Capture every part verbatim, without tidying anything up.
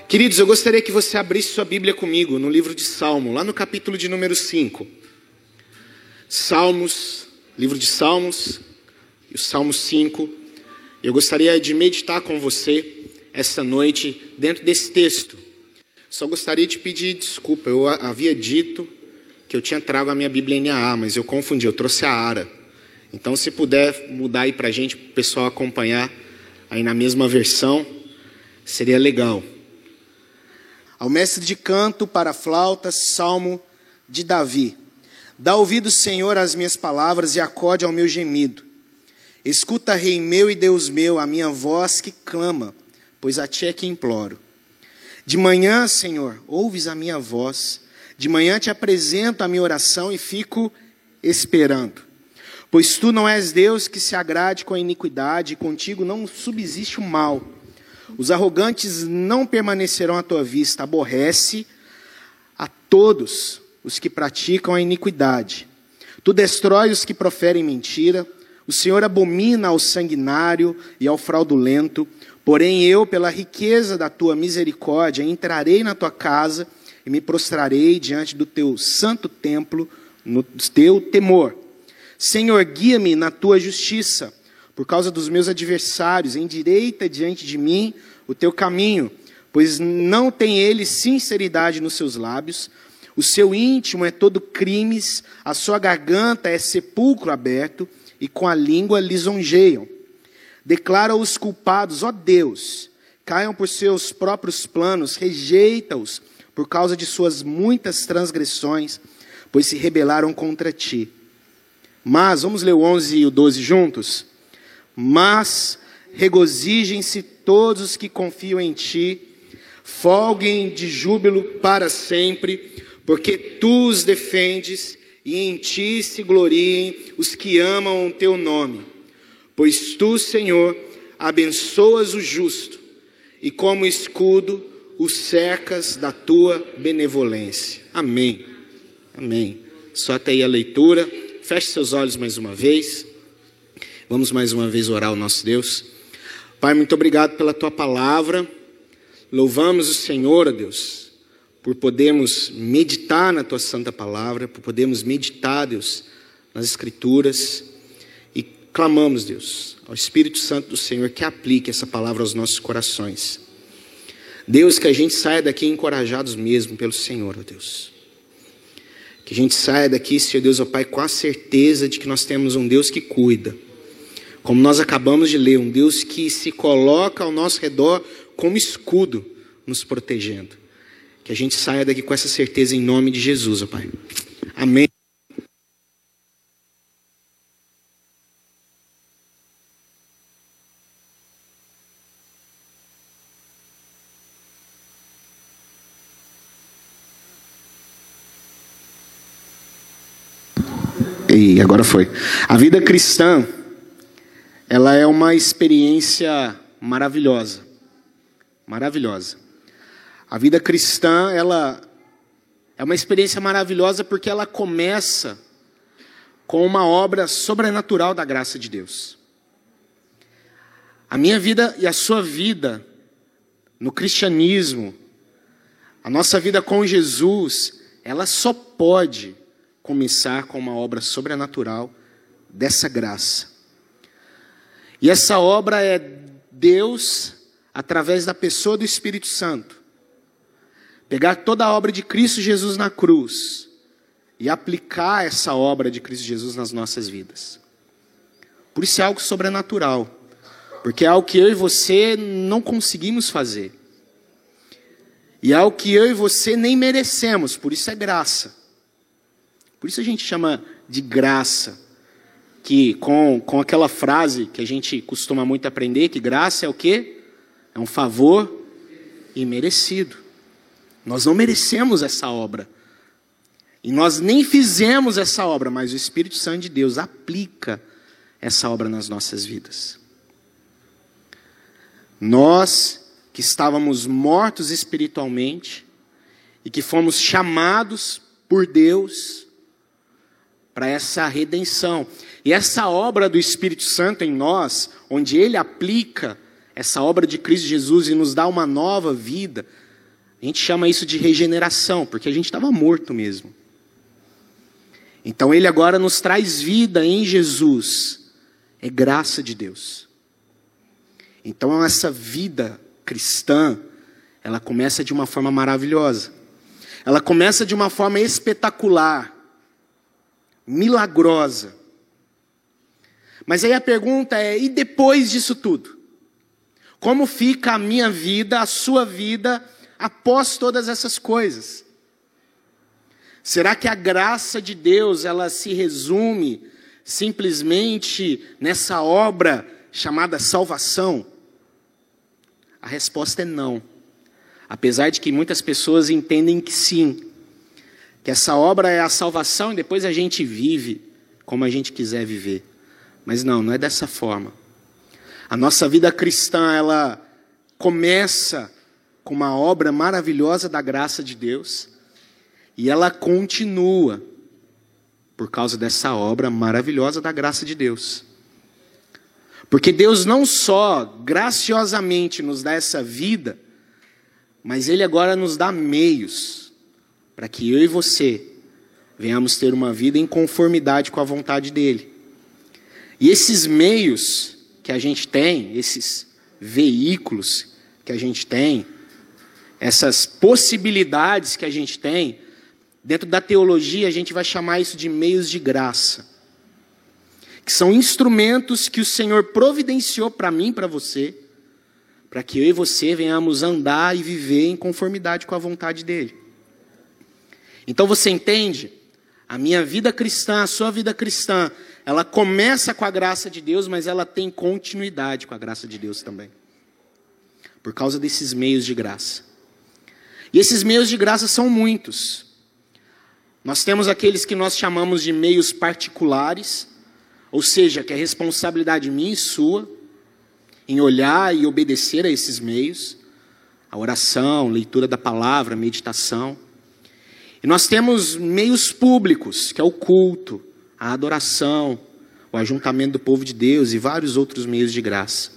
Queridos, eu gostaria que você abrisse sua Bíblia comigo no livro de Salmo, lá no capítulo de número cinco. Salmos, livro de Salmos, o Salmo cinco. Eu gostaria de meditar com você essa noite dentro desse texto. Só gostaria de pedir desculpa, eu havia dito que eu tinha trago a minha Bíblia N A A, mas eu confundi, eu trouxe a ARA. Então, se puder mudar aí pra gente, para o pessoal acompanhar aí na mesma versão, seria legal. Ao mestre de canto para flauta, salmo de Davi. Dá ouvido, Senhor, às minhas palavras e acode ao meu gemido. Escuta, Rei meu e Deus meu, a minha voz que clama, pois a ti é que imploro. De manhã, Senhor, ouves a minha voz. De manhã te apresento a minha oração e fico esperando. Pois tu não és Deus que se agrade com a iniquidade, e contigo não subsiste o mal. Os arrogantes não permanecerão à tua vista. Aborrece a todos os que praticam a iniquidade. Tu destrói os que proferem mentira. O Senhor abomina ao sanguinário e ao fraudulento. Porém eu, pela riqueza da tua misericórdia, entrarei na tua casa e me prostrarei diante do teu santo templo, no teu temor. Senhor, guia-me na tua justiça. Por causa dos meus adversários, endireita diante de mim o teu caminho, pois não tem ele sinceridade nos seus lábios, o seu íntimo é todo crimes, a sua garganta é sepulcro aberto, e com a língua lisonjeiam. Declara os culpados, ó Deus, caiam por seus próprios planos, rejeita-os por causa de suas muitas transgressões, pois se rebelaram contra ti. Mas, vamos ler o onze e o doze juntos? Mas regozijem-se todos os que confiam em ti, folguem de júbilo para sempre, porque tu os defendes e em ti se gloriem os que amam o teu nome. Pois tu, Senhor, abençoas o justo e como escudo o cercas da tua benevolência. Amém. Amém. Só até aí a leitura. Feche seus olhos mais uma vez. Vamos mais uma vez orar ao nosso Deus. Pai, muito obrigado pela tua palavra. Louvamos o Senhor, ó Deus, por podermos meditar na tua santa palavra, por podermos meditar, Deus, nas escrituras. E clamamos, Deus, ao Espírito Santo do Senhor que aplique essa palavra aos nossos corações. Deus, que a gente saia daqui encorajados mesmo pelo Senhor, ó Deus. Que a gente saia daqui, Senhor Deus, ó Pai, com a certeza de que nós temos um Deus que cuida. Como nós acabamos de ler, um Deus que se coloca ao nosso redor como escudo, nos protegendo. Que a gente saia daqui com essa certeza em nome de Jesus, ó Pai. Amém. E agora foi. A vida cristã, ela é uma experiência maravilhosa. Maravilhosa. A vida cristã, ela é uma experiência maravilhosa porque ela começa com uma obra sobrenatural da graça de Deus. A minha vida e a sua vida no cristianismo, a nossa vida com Jesus, ela só pode começar com uma obra sobrenatural dessa graça. E essa obra é Deus, através da pessoa do Espírito Santo, pegar toda a obra de Cristo Jesus na cruz e aplicar essa obra de Cristo Jesus nas nossas vidas. Por isso é algo sobrenatural, porque é algo que eu e você não conseguimos fazer. E é algo que eu e você nem merecemos, por isso é graça. Por isso a gente chama de graça, que com, com aquela frase que a gente costuma muito aprender, que graça é o quê? É um favor imerecido. Nós não merecemos essa obra. E nós nem fizemos essa obra, mas o Espírito Santo de Deus aplica essa obra nas nossas vidas. Nós que estávamos mortos espiritualmente e que fomos chamados por Deus para essa redenção. E essa obra do Espírito Santo em nós, onde Ele aplica essa obra de Cristo Jesus e nos dá uma nova vida, A gente chama isso de regeneração, porque a gente estava morto mesmo. Então ele agora nos traz vida em Jesus. É graça de Deus. Então essa vida cristã, ela começa de uma forma maravilhosa. Ela começa de uma forma espetacular, milagrosa. Mas aí a pergunta é, e depois disso tudo? Como fica a minha vida, a sua vida, após todas essas coisas? Será que a graça de Deus, ela se resume simplesmente nessa obra chamada salvação? A resposta é não. Apesar de que muitas pessoas entendem que sim. Que essa obra é a salvação e depois a gente vive como a gente quiser viver. Mas não, não é dessa forma. A nossa vida cristã, ela começa com uma obra maravilhosa da graça de Deus. E ela continua por causa dessa obra maravilhosa da graça de Deus. Porque Deus não só graciosamente nos dá essa vida, mas Ele agora nos dá meios para que eu e você venhamos ter uma vida em conformidade com a vontade dEle. E esses meios que a gente tem, esses veículos que a gente tem, essas possibilidades que a gente tem, dentro da teologia a gente vai chamar isso de meios de graça. Que são instrumentos que o Senhor providenciou para mim e para você, para que eu e você venhamos andar e viver em conformidade com a vontade dEle. Então você entende? A minha vida cristã, a sua vida cristã, ela começa com a graça de Deus, mas ela tem continuidade com a graça de Deus também. Por causa desses meios de graça. E esses meios de graça são muitos. Nós temos aqueles que nós chamamos de meios particulares, ou seja, que é responsabilidade minha e sua, em olhar e obedecer a esses meios, a oração, leitura da palavra, meditação. E nós temos meios públicos, que é o culto, a adoração, o ajuntamento do povo de Deus e vários outros meios de graça.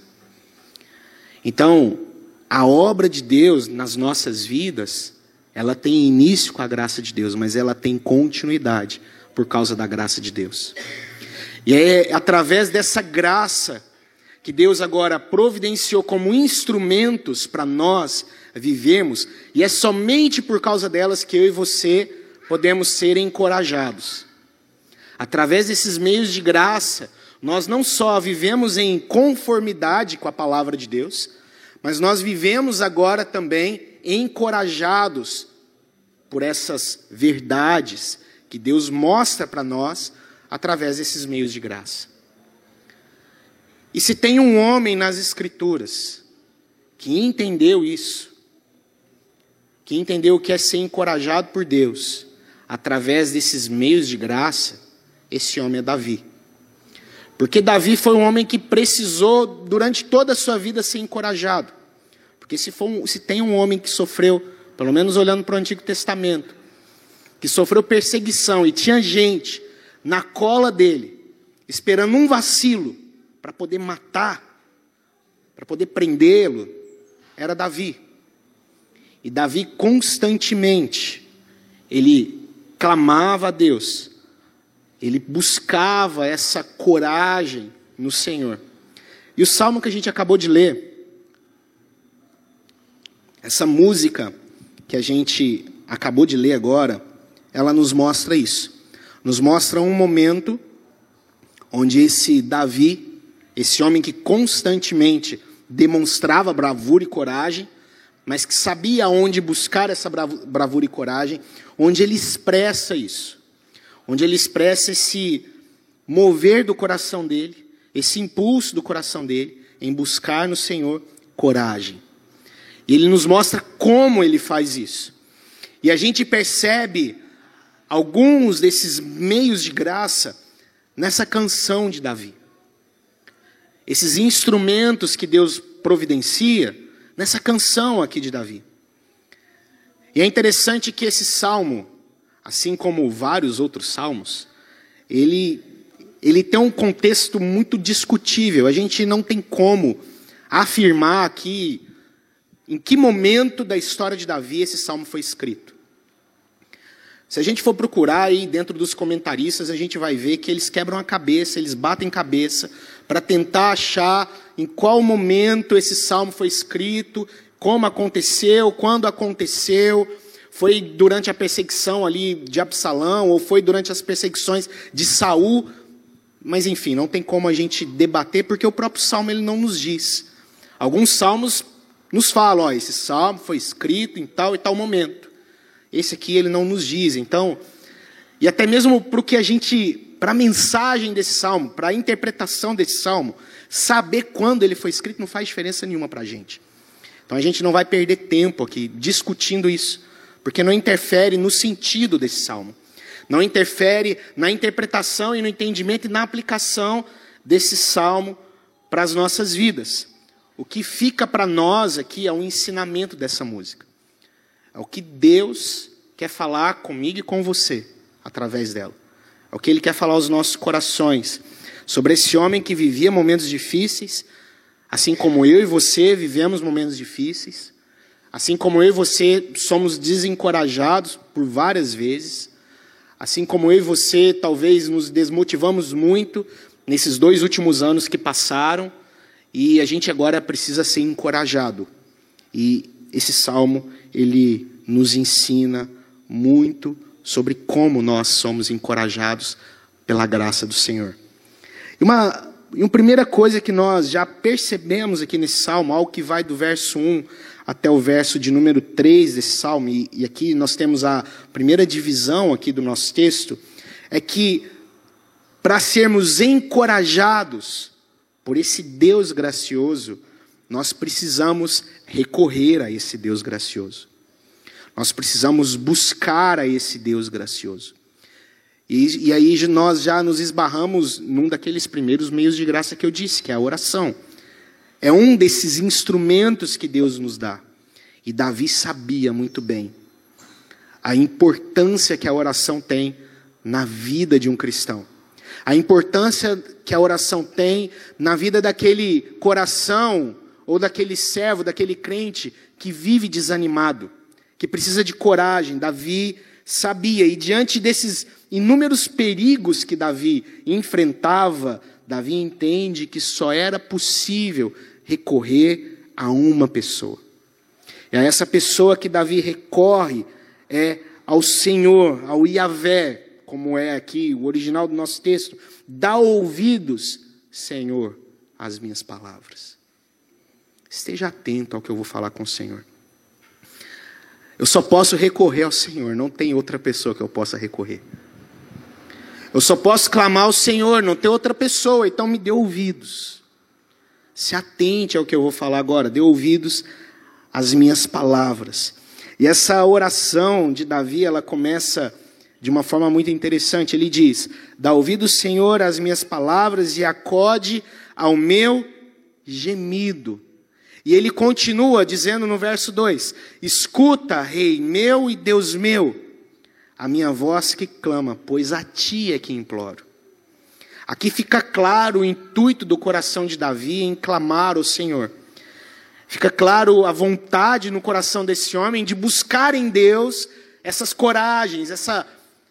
Então, a obra de Deus nas nossas vidas, ela tem início com a graça de Deus, mas ela tem continuidade por causa da graça de Deus. E é através dessa graça que Deus agora providenciou como instrumentos para nós vivermos, e é somente por causa delas que eu e você podemos ser encorajados. Através desses meios de graça, nós não só vivemos em conformidade com a palavra de Deus, mas nós vivemos agora também encorajados por essas verdades que Deus mostra para nós através desses meios de graça. E se tem um homem nas Escrituras que entendeu isso, que entendeu o que é ser encorajado por Deus através desses meios de graça, esse homem é Davi. Porque Davi foi um homem que precisou durante toda a sua vida ser encorajado. Porque se, for um, se tem um homem que sofreu, pelo menos olhando para o Antigo Testamento, que sofreu perseguição e tinha gente na cola dele, esperando um vacilo para poder matar, para poder prendê-lo, era Davi. E Davi constantemente, ele clamava a Deus, ele buscava essa coragem no Senhor. E o salmo que a gente acabou de ler, essa música que a gente acabou de ler agora, ela nos mostra isso. Nos mostra um momento onde esse Davi, esse homem que constantemente demonstrava bravura e coragem, mas que sabia onde buscar essa bravura e coragem, onde ele expressa isso. Onde ele expressa esse mover do coração dele, esse impulso do coração dele, em buscar no Senhor coragem. E ele nos mostra como ele faz isso. E a gente percebe alguns desses meios de graça nessa canção de Davi. Esses instrumentos que Deus providencia nessa canção aqui de Davi. E é interessante que esse salmo, assim como vários outros salmos, ele, ele tem um contexto muito discutível. A gente não tem como afirmar aqui em que momento da história de Davi esse salmo foi escrito. Se a gente for procurar aí dentro dos comentaristas, a gente vai ver que eles quebram a cabeça, eles batem cabeça para tentar achar em qual momento esse salmo foi escrito, como aconteceu, quando aconteceu, foi durante a perseguição ali de Absalão, ou foi durante as perseguições de Saul, mas enfim, não tem como a gente debater, porque o próprio salmo ele não nos diz. Alguns salmos nos falam, ó, esse salmo foi escrito em tal e tal momento. Esse aqui ele não nos diz. Então, e até mesmo para o que a gente, para a mensagem desse salmo, para a interpretação desse salmo, saber quando ele foi escrito não faz diferença nenhuma para a gente. Então a gente não vai perder tempo aqui discutindo isso, porque não interfere no sentido desse salmo. Não interfere na interpretação e no entendimento e na aplicação desse salmo para as nossas vidas. O que fica para nós aqui é um ensinamento dessa música. É o que Deus quer falar comigo e com você, através dela. É o que Ele quer falar aos nossos corações, sobre esse homem que vivia momentos difíceis, assim como eu e você vivemos momentos difíceis, assim como eu e você somos desencorajados por várias vezes, assim como eu e você talvez nos desmotivamos muito nesses dois últimos anos que passaram, e a gente agora precisa ser encorajado. E esse salmo, ele nos ensina muito sobre como nós somos encorajados pela graça do Senhor. E uma, e uma primeira coisa que nós já percebemos aqui nesse salmo, algo que vai do verso um até o verso de número três desse salmo, e, e aqui nós temos a primeira divisão aqui do nosso texto, é que para sermos encorajados por esse Deus gracioso, nós precisamos recorrer a esse Deus gracioso. Nós precisamos buscar a esse Deus gracioso. E, e aí nós já nos esbarramos num daqueles primeiros meios de graça que eu disse, que é a oração. É um desses instrumentos que Deus nos dá. E Davi sabia muito bem a importância que a oração tem na vida de um cristão. A importância que a oração tem na vida daquele coração, ou daquele servo, daquele crente que vive desanimado, que precisa de coragem. Davi sabia, e diante desses inúmeros perigos que Davi enfrentava, Davi entende que só era possível recorrer a uma pessoa. E a essa pessoa que Davi recorre é ao Senhor, ao Yahvé, como é aqui o original do nosso texto. Dá ouvidos, Senhor, às minhas palavras. Esteja atento ao que eu vou falar com o Senhor. Eu só posso recorrer ao Senhor, não tem outra pessoa que eu possa recorrer. Eu só posso clamar ao Senhor, não tem outra pessoa, então me dê ouvidos. Se atente ao que eu vou falar agora, dê ouvidos às minhas palavras. E essa oração de Davi, ela começa de uma forma muito interessante. Ele diz: dá ouvidos, Senhor, às minhas palavras e acode ao meu gemido. E ele continua dizendo no verso dois: escuta, Rei meu e Deus meu, a minha voz que clama, pois a ti é que imploro. Aqui fica claro o intuito do coração de Davi em clamar ao Senhor. Fica claro a vontade no coração desse homem de buscar em Deus essas coragens, essa,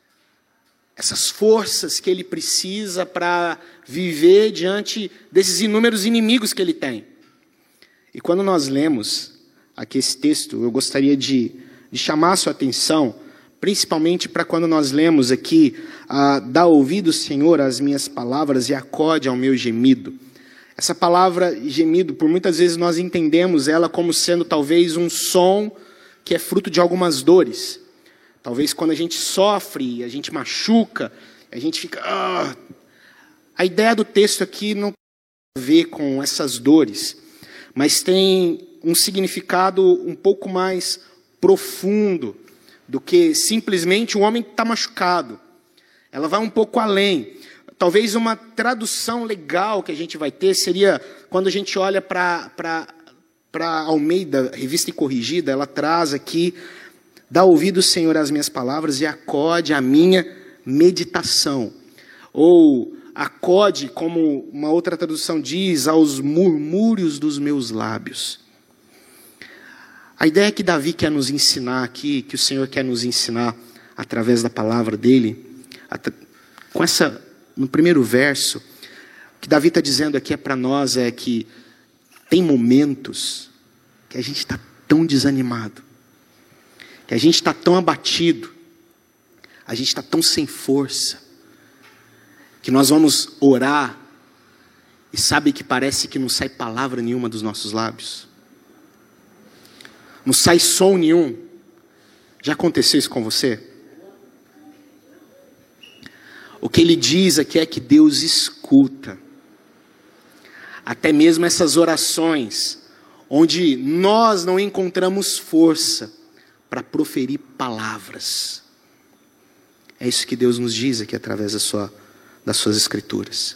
essas forças que ele precisa para viver diante desses inúmeros inimigos que ele tem. E quando nós lemos aqui esse texto, eu gostaria de, de chamar a sua atenção, principalmente para quando nós lemos aqui, ah, dá ouvido, Senhor, às minhas palavras e acode ao meu gemido. Essa palavra gemido, por muitas vezes nós entendemos ela como sendo talvez um som que é fruto de algumas dores. Talvez quando a gente sofre, a gente machuca, a gente fica... Ah. A ideia do texto aqui não tem a ver com essas dores, mas tem um significado um pouco mais profundo do que simplesmente o homem que está machucado. Ela vai um pouco além. Talvez uma tradução legal que a gente vai ter seria, quando a gente olha para a Almeida, Revista e Corrigida, ela traz aqui, dá ouvido, Senhor, às minhas palavras e acode à minha meditação. Ou acode, como uma outra tradução diz, aos murmúrios dos meus lábios. A ideia que Davi quer nos ensinar aqui, que o Senhor quer nos ensinar através da palavra dele, com essa, no primeiro verso, o que Davi está dizendo aqui é para nós é que tem momentos que a gente está tão desanimado, que a gente está tão abatido, a gente está tão sem força, que nós vamos orar e sabe que parece que não sai palavra nenhuma dos nossos lábios. Não sai som nenhum. Já aconteceu isso com você? O que ele diz aqui é que Deus escuta. Até mesmo essas orações, onde nós não encontramos força para proferir palavras. É isso que Deus nos diz aqui através da sua, das suas escrituras.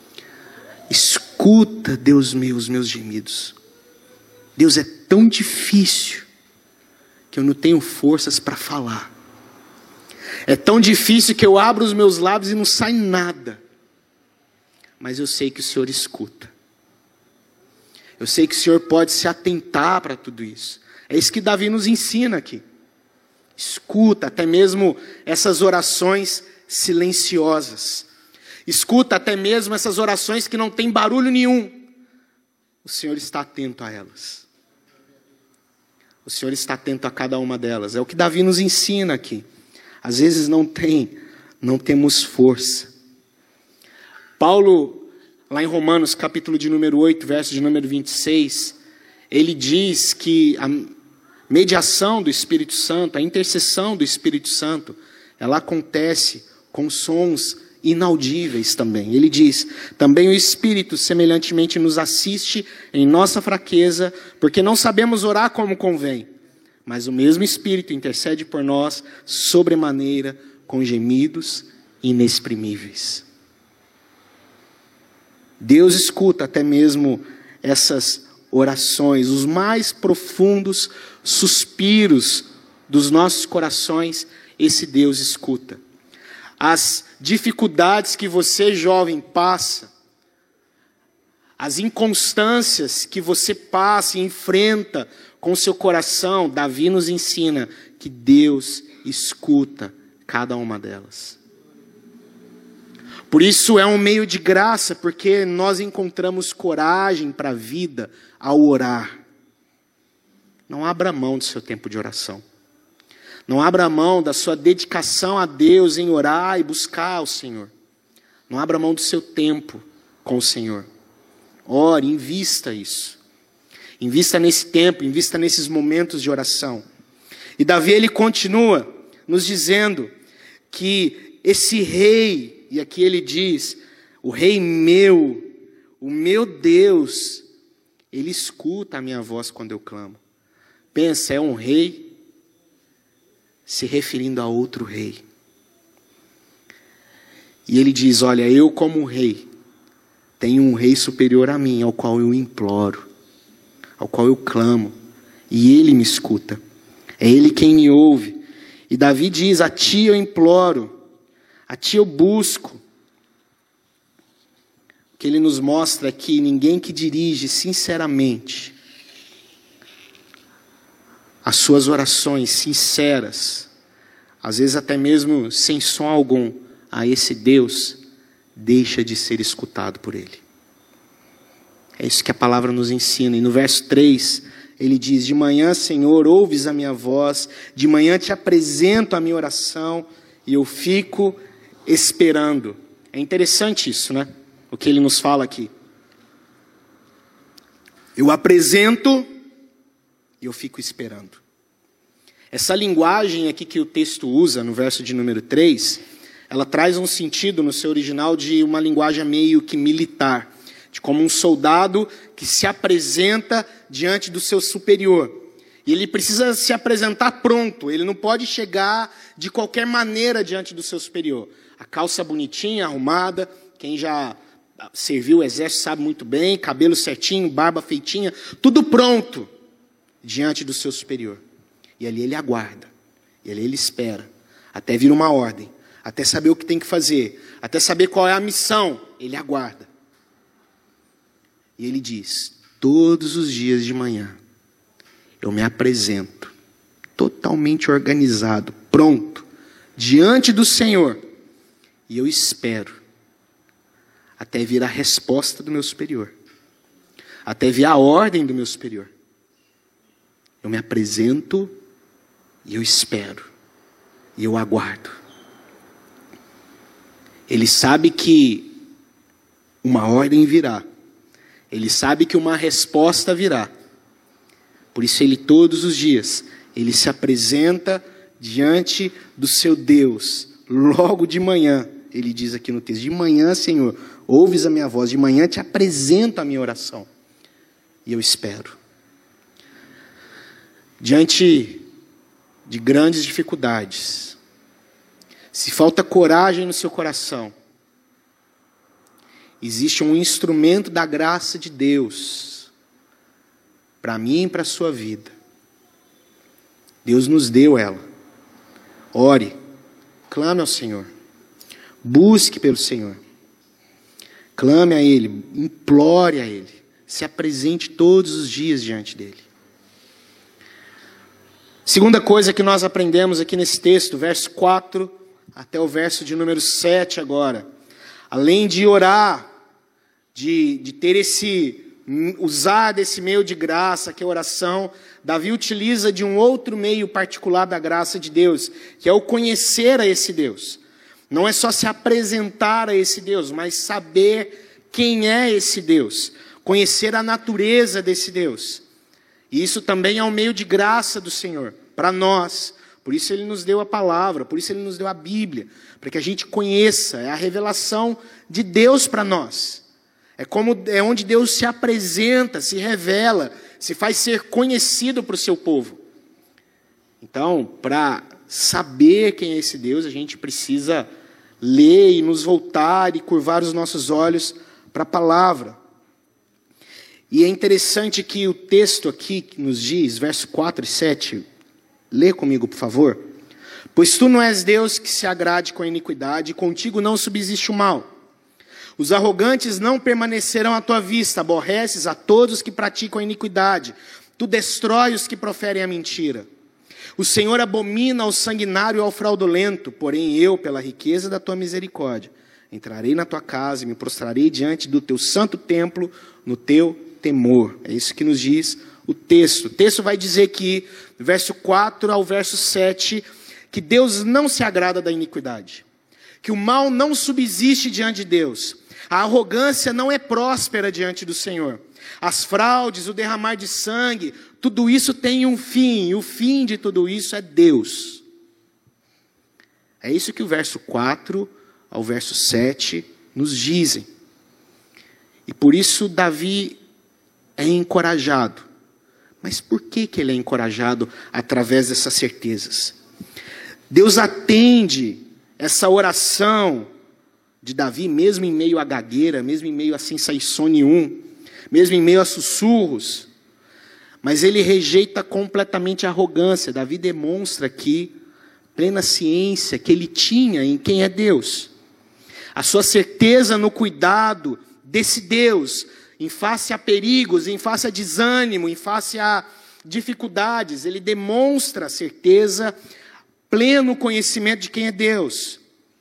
Escuta, Deus meu, os meus gemidos. Deus, é tão difícil que eu não tenho forças para falar. É tão difícil que eu abro os meus lábios e não sai nada. Mas eu sei que o Senhor escuta. Eu sei que o Senhor pode se atentar para tudo isso. É isso que Davi nos ensina aqui. Escuta até mesmo essas orações silenciosas. Escuta até mesmo essas orações que não tem barulho nenhum. O Senhor está atento a elas. O Senhor está atento a cada uma delas. É o que Davi nos ensina aqui. Às vezes não tem, não temos força. Paulo, lá em Romanos, capítulo de número oito, verso de número vinte e seis, ele diz que a mediação do Espírito Santo, a intercessão do Espírito Santo, ela acontece com sons inaudíveis também. Ele diz, também o Espírito semelhantemente nos assiste em nossa fraqueza, porque não sabemos orar como convém, mas o mesmo Espírito intercede por nós sobremaneira com gemidos inexprimíveis. Deus escuta até mesmo essas orações, os mais profundos suspiros dos nossos corações, esse Deus escuta. As dificuldades que você, jovem, passa, as inconstâncias que você passa e enfrenta com o seu coração, Davi nos ensina que Deus escuta cada uma delas. Por isso é um meio de graça, porque nós encontramos coragem para a vida ao orar. Não abra mão do seu tempo de oração. Não abra mão da sua dedicação a Deus em orar e buscar o Senhor. Não abra mão do seu tempo com o Senhor. Ore, invista isso. Invista nesse tempo, invista nesses momentos de oração. E Davi, ele continua nos dizendo que esse rei, e aqui ele diz, o rei meu, o meu Deus, ele escuta a minha voz quando eu clamo. Pensa, é um rei se referindo a outro rei. E ele diz, olha, eu como rei, tenho um rei superior a mim, ao qual eu imploro, ao qual eu clamo, e ele me escuta. É ele quem me ouve. E Davi diz, a ti eu imploro, a ti eu busco. O que ele nos mostra é que ninguém que dirige sinceramente as suas orações sinceras, às vezes até mesmo sem som algum, a esse Deus, deixa de ser escutado por ele. É isso que a palavra nos ensina. E no verso três, ele diz, de manhã, Senhor, ouves a minha voz, de manhã te apresento a minha oração, e eu fico esperando. É interessante isso, né? O que ele nos fala aqui. Eu apresento e eu fico esperando. Essa linguagem aqui que o texto usa, no verso de número três, ela traz um sentido no seu original de uma linguagem meio que militar, de como um soldado que se apresenta diante do seu superior. E ele precisa se apresentar pronto, ele não pode chegar de qualquer maneira diante do seu superior. A calça bonitinha, arrumada, quem já serviu o exército sabe muito bem, cabelo certinho, barba feitinha, tudo pronto diante do seu superior. E ali ele aguarda, e ali ele espera, até vir uma ordem, até saber o que tem que fazer, até saber qual é a missão, ele aguarda. E ele diz, todos os dias de manhã, eu me apresento totalmente organizado, pronto, diante do Senhor, e eu espero até vir a resposta do meu superior, até vir a ordem do meu superior. Eu me apresento e eu espero, e eu aguardo. Ele sabe que uma ordem virá, ele sabe que uma resposta virá. Por isso ele todos os dias, ele se apresenta diante do seu Deus, logo de manhã. Ele diz aqui no texto, de manhã, Senhor, ouves a minha voz, de manhã te apresento a minha oração. E eu espero. Diante de grandes dificuldades, se falta coragem no seu coração, existe um instrumento da graça de Deus, para mim e para a sua vida. Deus nos deu ela. Ore, clame ao Senhor, busque pelo Senhor, clame a Ele, implore a Ele, se apresente todos os dias diante dEle. Segunda coisa que nós aprendemos aqui nesse texto, verso quatro até o verso de número sete agora. Além de orar, de, de ter esse, usar desse meio de graça, que é a oração, Davi utiliza de um outro meio particular da graça de Deus, que é o conhecer a esse Deus. Não é só se apresentar a esse Deus, mas saber quem é esse Deus, conhecer a natureza desse Deus. E isso também é um meio de graça do Senhor, para nós. Por isso Ele nos deu a palavra, por isso Ele nos deu a Bíblia, para que a gente conheça, é a revelação de Deus para nós. É, como, é onde Deus se apresenta, se revela, se faz ser conhecido para o seu povo. Então, para saber quem é esse Deus, a gente precisa ler e nos voltar e curvar os nossos olhos para a palavra. E é interessante que o texto aqui nos diz, verso quatro e sete, lê comigo, por favor. Pois tu não és Deus que se agrade com a iniquidade, e contigo não subsiste o mal. Os arrogantes não permanecerão à tua vista, aborreces a todos que praticam a iniquidade. Tu destrói os que proferem a mentira. O Senhor abomina ao sanguinário e ao fraudulento, porém eu, pela riqueza da tua misericórdia, entrarei na tua casa e me prostrarei diante do teu santo templo, no teu temor. É isso que nos diz o texto. O texto vai dizer que, verso quatro ao verso sete, que Deus não se agrada da iniquidade, que o mal não subsiste diante de Deus, a arrogância não é próspera diante do Senhor, as fraudes, o derramar de sangue, tudo isso tem um fim, e o fim de tudo isso é Deus. É isso que o verso quatro ao verso sete nos dizem. E por isso Davi é encorajado. Mas por que que ele é encorajado através dessas certezas? Deus atende essa oração de Davi, mesmo em meio à gagueira, mesmo em meio a sem som nenhum, mesmo em meio a sussurros. Mas ele rejeita completamente a arrogância. Davi demonstra aqui plena ciência que ele tinha em quem é Deus. A sua certeza no cuidado desse Deus, em face a perigos, em face a desânimo, em face a dificuldades, ele demonstra a certeza, pleno conhecimento de quem é Deus.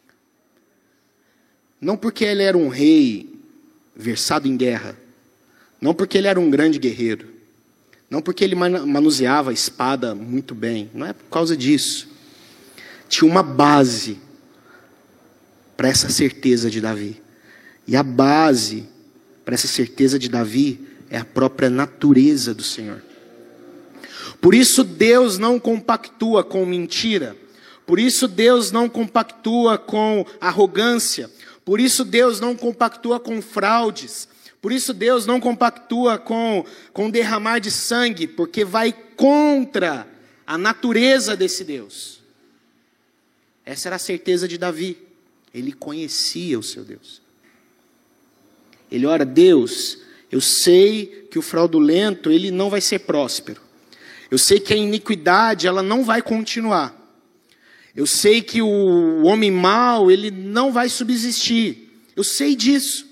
Não porque ele era um rei versado em guerra, não porque ele era um grande guerreiro, não porque ele manuseava a espada muito bem, não é por causa disso. Tinha uma base para essa certeza de Davi. E a base para essa certeza de Davi é a própria natureza do Senhor. Por isso Deus não compactua com mentira. Por isso Deus não compactua com arrogância. Por isso Deus não compactua com fraudes. Por isso Deus não compactua com, com derramar de sangue, porque vai contra a natureza desse Deus. Essa era a certeza de Davi. Ele conhecia o seu Deus. Ele ora, Deus, eu sei que o fraudulento, ele não vai ser próspero. Eu sei que a iniquidade, ela não vai continuar. Eu sei que o homem mau, ele não vai subsistir. Eu sei disso.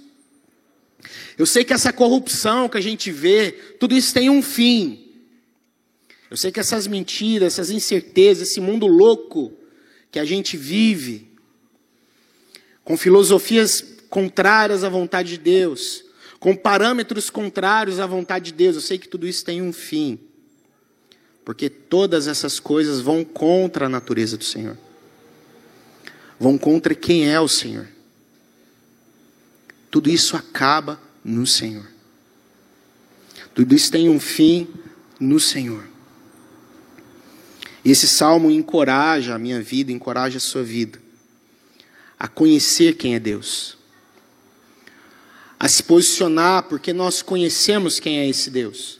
Eu sei que essa corrupção que a gente vê, tudo isso tem um fim. Eu sei que essas mentiras, essas incertezas, esse mundo louco que a gente vive, com filosofias contrárias à vontade de Deus, com parâmetros contrários à vontade de Deus, eu sei que tudo isso tem um fim. Porque todas essas coisas vão contra a natureza do Senhor. Vão contra quem é o Senhor. Tudo isso acaba no Senhor. Tudo isso tem um fim no Senhor. E esse salmo encoraja a minha vida, encoraja a sua vida a conhecer quem é Deus. A se posicionar porque nós conhecemos quem é esse Deus.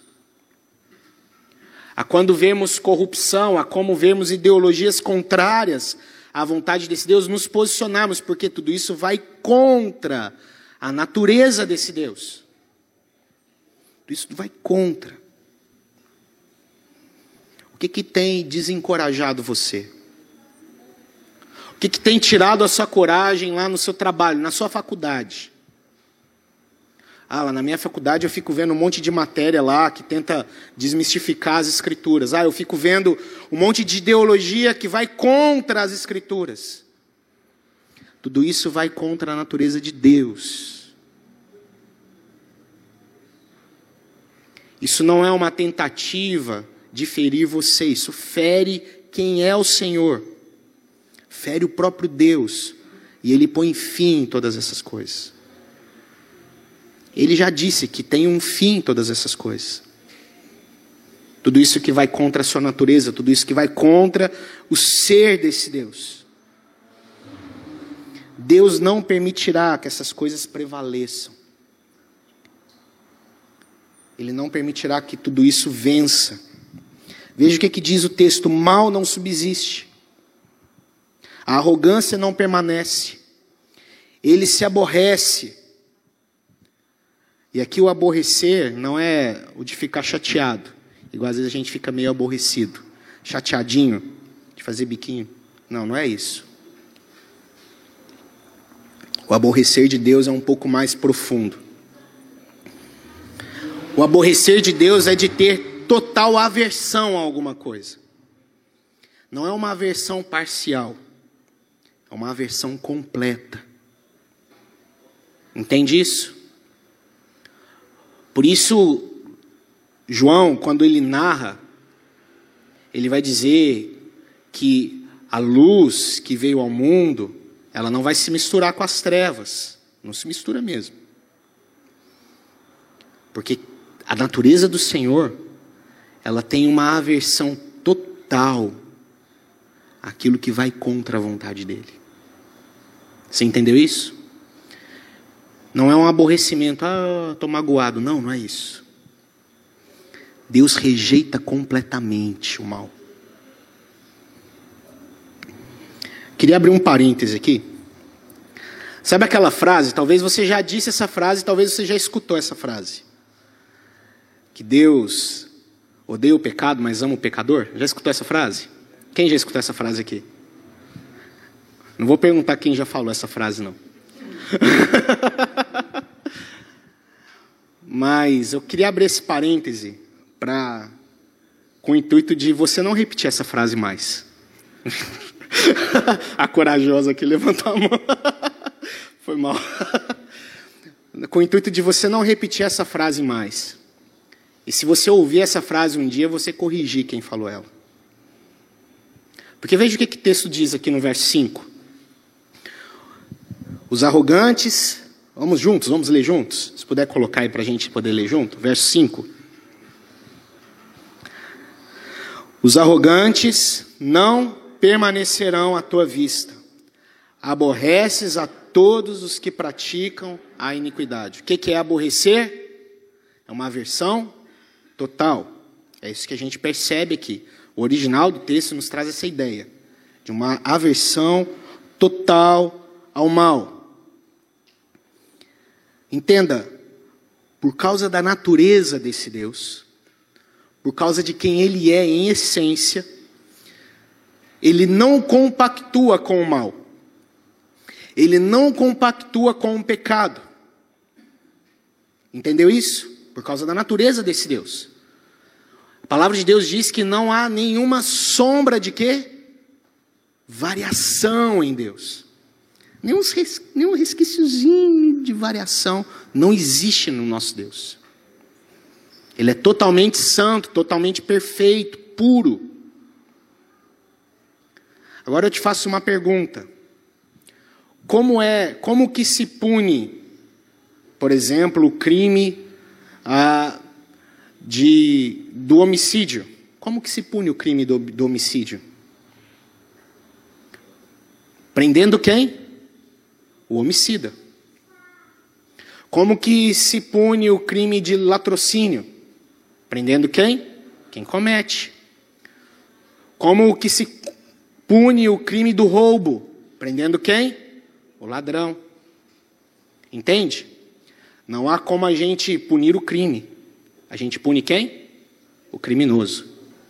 A quando vemos corrupção, a como vemos ideologias contrárias à vontade desse Deus, nos posicionarmos, porque tudo isso vai contra a natureza desse Deus. Tudo isso vai contra. O que que tem desencorajado você? O que que tem tirado a sua coragem lá no seu trabalho, na sua faculdade? Ah, lá na minha faculdade eu fico vendo um monte de matéria lá que tenta desmistificar as escrituras. Ah, eu fico vendo um monte de ideologia que vai contra as escrituras. Tudo isso vai contra a natureza de Deus. Isso não é uma tentativa de ferir você, isso fere quem é o Senhor. Fere o próprio Deus. E Ele põe fim em todas essas coisas. Ele já disse que tem um fim em todas essas coisas. Tudo isso que vai contra a sua natureza, tudo isso que vai contra o ser desse Deus. Deus não permitirá que essas coisas prevaleçam. Ele não permitirá que tudo isso vença. Veja o que, que diz o texto: o mal não subsiste. A arrogância não permanece. Ele se aborrece. E aqui o aborrecer não é o de ficar chateado. Igual às vezes a gente fica meio aborrecido. Chateadinho, de fazer biquinho. Não, não é isso. O aborrecer de Deus é um pouco mais profundo. O aborrecer de Deus é de ter total aversão a alguma coisa. Não é uma aversão parcial. É uma aversão completa. Entende isso? Por isso, João, quando ele narra, ele vai dizer que a luz que veio ao mundo, ela não vai se misturar com as trevas. Não se mistura mesmo. Porque a natureza do Senhor, ela tem uma aversão total àquilo que vai contra a vontade dele. Você entendeu isso? Não é um aborrecimento, ah, estou magoado. Não, não é isso. Deus rejeita completamente o mal. Queria abrir um parêntese aqui. Sabe aquela frase? Talvez você já disse essa frase, talvez você já escutou essa frase. Que Deus odeia o pecado, mas ama o pecador. Já escutou essa frase? Quem já escutou essa frase aqui? Não vou perguntar quem já falou essa frase, não. Mas eu queria abrir esse parêntese para, com o intuito de você não repetir essa frase mais. A corajosa que levantou a mão. Foi mal. Com o intuito de você não repetir essa frase mais. E se você ouvir essa frase um dia, você corrigir quem falou ela. Porque veja o que o texto diz aqui no verso cinco. Os arrogantes, vamos juntos, vamos ler juntos? Se puder colocar aí para a gente poder ler junto. Verso cinco. Os arrogantes não permanecerão à tua vista. Aborreces a todos os que praticam a iniquidade. O que é aborrecer? É uma aversão total. É isso que a gente percebe aqui. O original do texto nos traz essa ideia de uma aversão total ao mal. Entenda, por causa da natureza desse Deus, por causa de quem Ele é em essência, Ele não compactua com o mal. Ele não compactua com o pecado. Entendeu isso? Por causa da natureza desse Deus. palavra de Deus diz que não há nenhuma sombra de quê? Variação em Deus. Nenhum, res, nenhum resquíciozinho de variação não existe no nosso Deus. Ele é totalmente santo, totalmente perfeito, puro. Agora eu te faço uma pergunta. Como é, como que se pune, por exemplo, o crime ah, de, do homicídio? Como que se pune o crime do, do homicídio? Prendendo quem? O homicida. Como que se pune o crime de latrocínio? Prendendo quem? Quem comete. Como que se pune o crime do roubo? Prendendo quem? O ladrão. Entende? Não há como a gente punir o crime. A gente pune quem? O criminoso.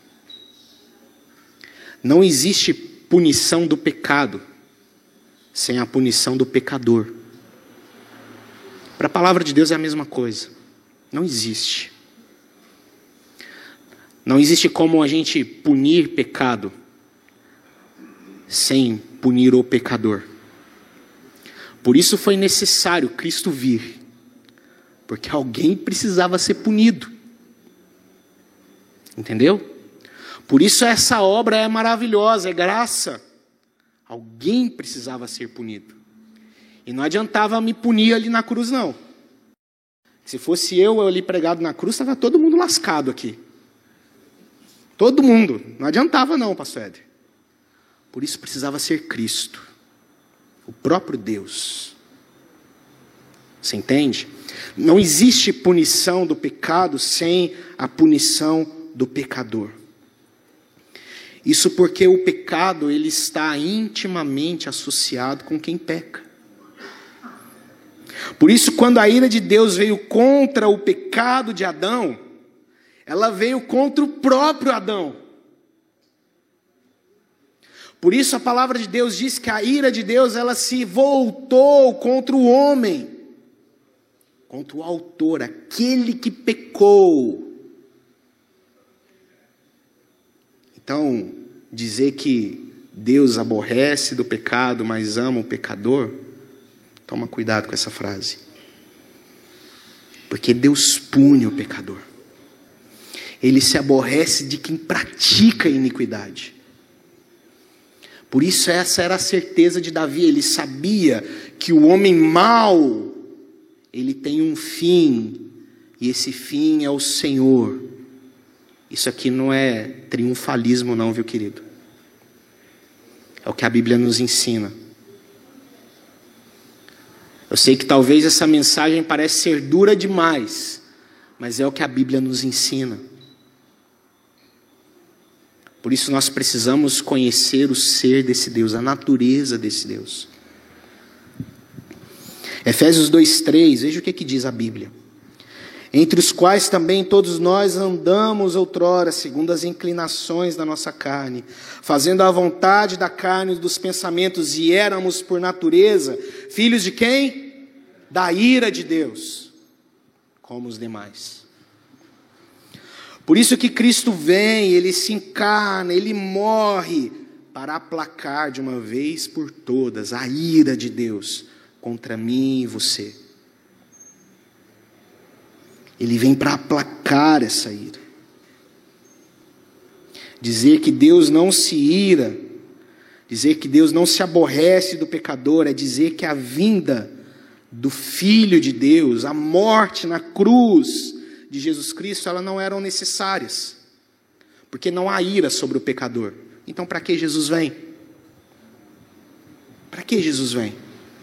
Não existe punição do pecado sem a punição do pecador. Para a palavra de Deus é a mesma coisa. Não existe. Não existe como a gente punir pecado sem punir o pecador. Por isso foi necessário Cristo vir, porque alguém precisava ser punido. Entendeu? Por isso essa obra é maravilhosa, é graça. Alguém precisava ser punido. E não adiantava me punir ali na cruz, não. Se fosse eu ali pregado na cruz, estava todo mundo lascado aqui. Todo mundo. Não adiantava não, pastor Éder. Por isso precisava ser Cristo. O próprio Deus. Você entende? Não existe punição do pecado sem a punição do pecador. Isso porque o pecado ele está intimamente associado com quem peca. Por isso, quando a ira de Deus veio contra o pecado de Adão, ela veio contra o próprio Adão. Por isso a palavra de Deus diz que a ira de Deus ela se voltou contra o homem, contra o autor, aquele que pecou. Então, dizer que Deus aborrece do pecado, mas ama o pecador, toma cuidado com essa frase. Porque Deus pune o pecador. Ele se aborrece de quem pratica a iniquidade. Por isso essa era a certeza de Davi. Ele sabia que o homem mau, ele tem um fim, e esse fim é o Senhor. Isso aqui não é triunfalismo não, viu, querido? É o que a Bíblia nos ensina. Eu sei que talvez essa mensagem parece ser dura demais, mas é o que a Bíblia nos ensina. Por isso nós precisamos conhecer o ser desse Deus, a natureza desse Deus. Efésios dois, três, veja o que, que diz a Bíblia. Entre os quais também todos nós andamos outrora, segundo as inclinações da nossa carne, fazendo a vontade da carne e dos pensamentos, e éramos por natureza filhos de quem? Da ira de Deus, como os demais. Por isso que Cristo vem, Ele se encarna, Ele morre, para aplacar de uma vez por todas a ira de Deus contra mim e você. Ele vem para aplacar essa ira. Dizer que Deus não se ira, dizer que Deus não se aborrece do pecador, é dizer que a vinda do Filho de Deus, a morte na cruz de Jesus Cristo, elas não eram necessárias. Porque não há ira sobre o pecador. Então para que Jesus vem? Para que Jesus vem?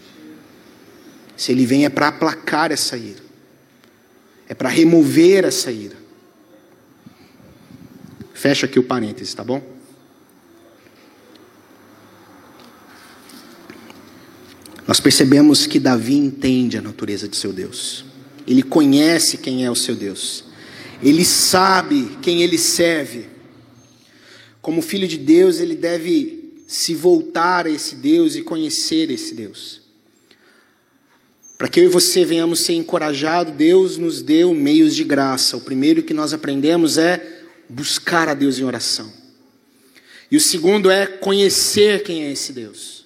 Se Ele vem é para aplacar essa ira. É para remover essa ira. Fecha aqui o parênteses, tá bom? Nós percebemos que Davi entende a natureza de seu Deus. Ele conhece quem é o seu Deus. Ele sabe quem ele serve. Como filho de Deus, ele deve se voltar a esse Deus e conhecer esse Deus. Para que eu e você venhamos ser encorajados, Deus nos deu meios de graça. O primeiro que nós aprendemos é buscar a Deus em oração. E o segundo é conhecer quem é esse Deus.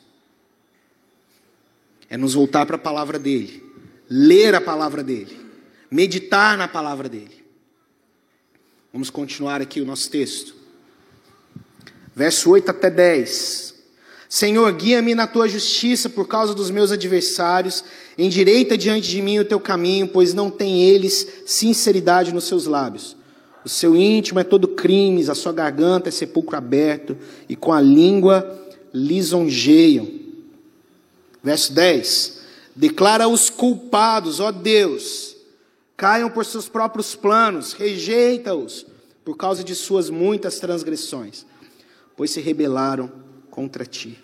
É nos voltar para a palavra dele, ler a palavra dele, meditar na palavra dele. Vamos continuar aqui o nosso texto. Verso oito até dez. Senhor, guia-me na tua justiça por causa dos meus adversários, endireita diante de mim o teu caminho, pois não tem eles sinceridade nos seus lábios. O seu íntimo é todo crimes, a sua garganta é sepulcro aberto, e com a língua lisonjeiam. Verso dez. Declara os culpados, ó Deus, caiam por seus próprios planos, rejeita-os por causa de suas muitas transgressões, pois se rebelaram contra ti.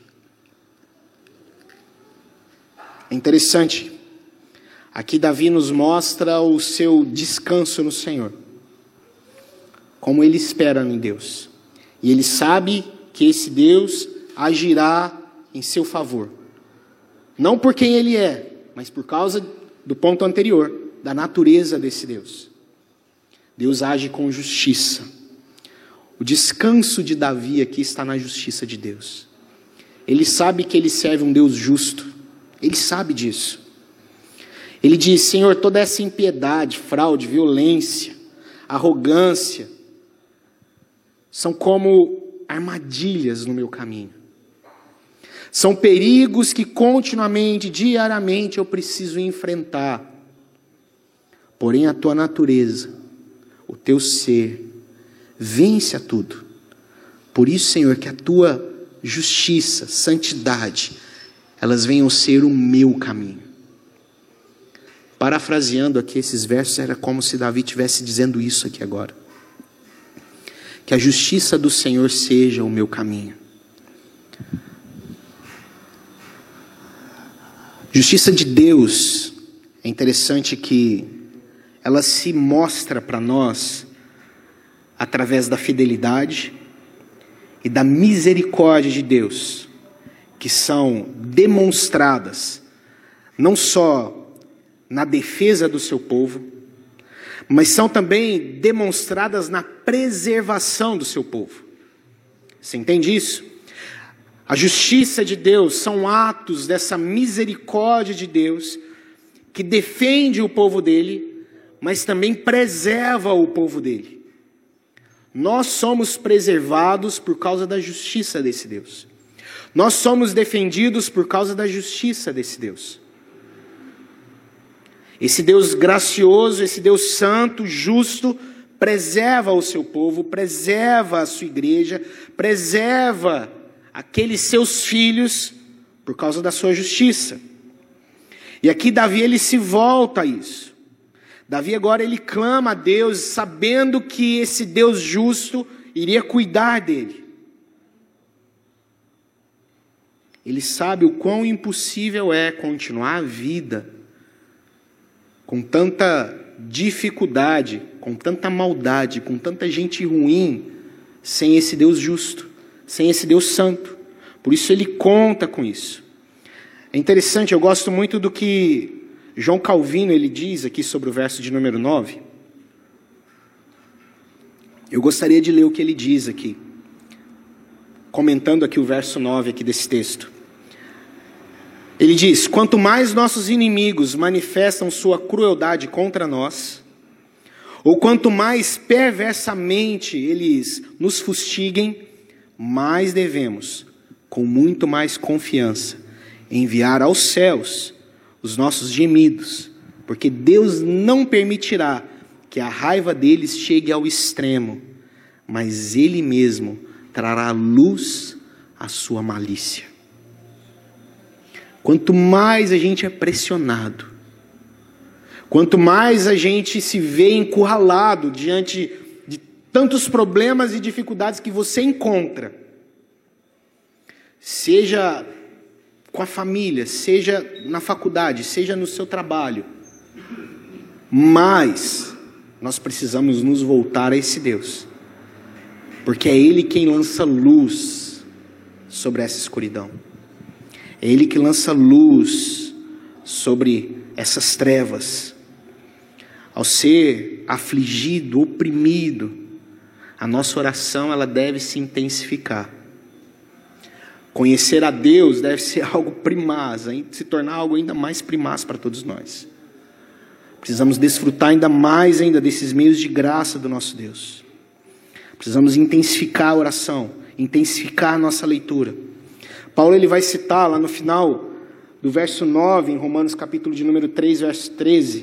É interessante, aqui Davi nos mostra o seu descanso no Senhor, como ele espera em Deus, e ele sabe que esse Deus agirá em seu favor, não por quem ele é, mas por causa do ponto anterior, da natureza desse Deus. Deus age com justiça. O descanso de Davi aqui está na justiça de Deus. Ele sabe que ele serve um Deus justo. Ele sabe disso. Ele diz: Senhor, toda essa impiedade, fraude, violência, arrogância, são como armadilhas no meu caminho. São perigos que continuamente, diariamente eu preciso enfrentar. Porém a tua natureza, o teu ser, vence a tudo. Por isso, Senhor, que a tua justiça, santidade, elas venham ser o meu caminho. Parafraseando aqui esses versos, era como se Davi estivesse dizendo isso aqui agora. Que a justiça do Senhor seja o meu caminho. Justiça de Deus, é interessante que ela se mostra para nós através da fidelidade e da misericórdia de Deus, que são demonstradas não só na defesa do seu povo, mas são também demonstradas na preservação do seu povo. Você entende isso? A justiça de Deus são atos dessa misericórdia de Deus que defende o povo dele, mas também preserva o povo dele. Nós somos preservados por causa da justiça desse Deus. Nós somos defendidos por causa da justiça desse Deus. Esse Deus gracioso, esse Deus santo, justo, preserva o seu povo, preserva a sua igreja, preserva aqueles seus filhos por causa da sua justiça. E aqui Davi, ele se volta a isso. Davi agora ele clama a Deus, sabendo que esse Deus justo iria cuidar dele. Ele sabe o quão impossível é continuar a vida com tanta dificuldade, com tanta maldade, com tanta gente ruim, sem esse Deus justo, sem esse Deus santo. Por isso ele conta com isso. É interessante, eu gosto muito do que João Calvino ele diz aqui sobre o verso de número nove. Eu gostaria de ler o que ele diz aqui, comentando aqui o verso nove aqui desse texto. Ele diz: quanto mais nossos inimigos manifestam sua crueldade contra nós, ou quanto mais perversamente eles nos fustiguem, mais devemos, com muito mais confiança, enviar aos céus os nossos gemidos, porque Deus não permitirá que a raiva deles chegue ao extremo, mas Ele mesmo trará luz à sua malícia. Quanto mais a gente é pressionado, quanto mais a gente se vê encurralado diante de tantos problemas e dificuldades que você encontra, seja com a família, seja na faculdade, seja no seu trabalho, mais nós precisamos nos voltar a esse Deus, porque é Ele quem lança luz sobre essa escuridão. É Ele que lança luz sobre essas trevas. Ao ser afligido, oprimido, a nossa oração ela deve se intensificar. Conhecer a Deus deve ser algo primaz, se tornar algo ainda mais primaz para todos nós. Precisamos desfrutar ainda mais ainda desses meios de graça do nosso Deus. Precisamos intensificar a oração, intensificar a nossa leitura. Paulo ele vai citar lá no final do verso nove, em Romanos capítulo de número três, verso treze.